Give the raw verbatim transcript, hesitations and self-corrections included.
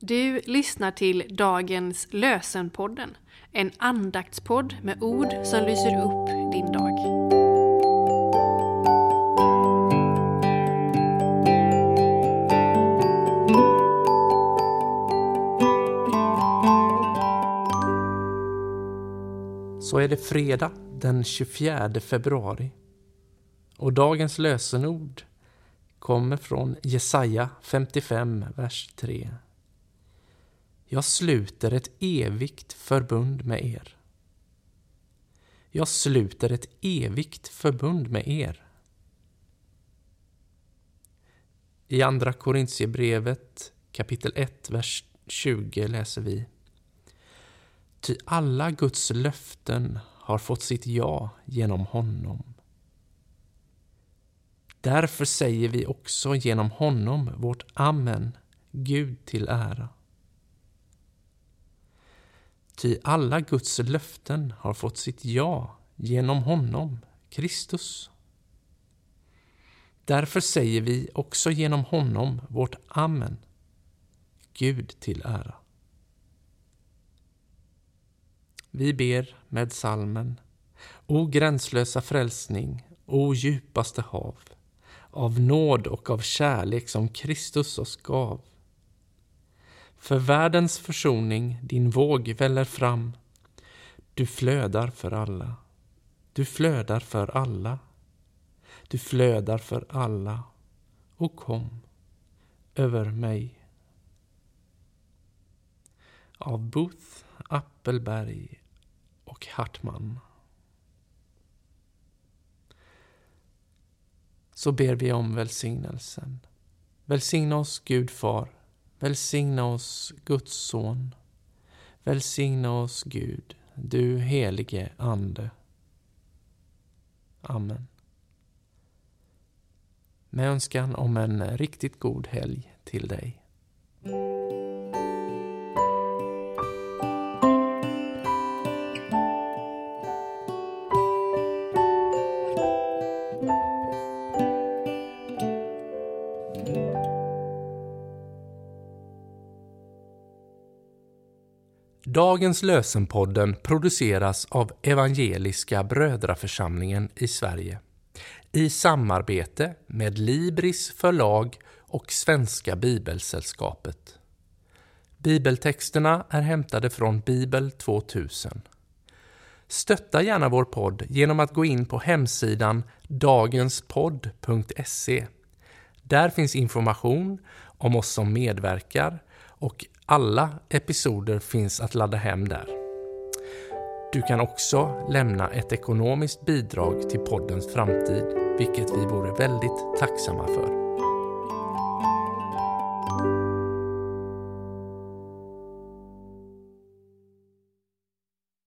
Du lyssnar till dagens Lösenpodden, en andaktspodd med ord som lyser upp din dag. Så är det fredag den tjugofjärde februari och dagens lösenord kommer från Jesaja femtiofem, vers tre. Jag sluter ett evigt förbund med er. Jag sluter ett evigt förbund med er. I andra Korintierbrevet kapitel ett, vers tjugo läser vi: Ty alla Guds löften har fått sitt ja genom honom. Därför säger vi också genom honom vårt amen, Gud till ära. Ty alla Guds löften har fått sitt ja genom honom, Kristus. Därför säger vi också genom honom vårt amen, Gud till ära. Vi ber med salmen: O gränslösa frälsning, o djupaste hav, av nåd och av kärlek som Kristus oss gav. För världens försoning din våg väller fram, du flödar för alla, du flödar för alla, du flödar för alla, och kom över mig. Av Booth, Appelberg och Hartman. Så ber vi om välsignelsen. Välsigna oss Gud far, välsigna oss Guds son, välsigna oss Gud, du helige ande. Amen. Med önskan om en riktigt god helg till dig. Dagens Lösenpodden produceras av Evangeliska Brödraförsamlingen i Sverige i samarbete med Libris förlag och Svenska Bibelsällskapet. Bibeltexterna är hämtade från Bibel tvåtusen. Stötta gärna vår podd genom att gå in på hemsidan dagenspodd punkt se. Där finns information om oss som medverkar och alla episoder finns att ladda hem där. Du kan också lämna ett ekonomiskt bidrag till poddens framtid, vilket vi vore väldigt tacksamma för.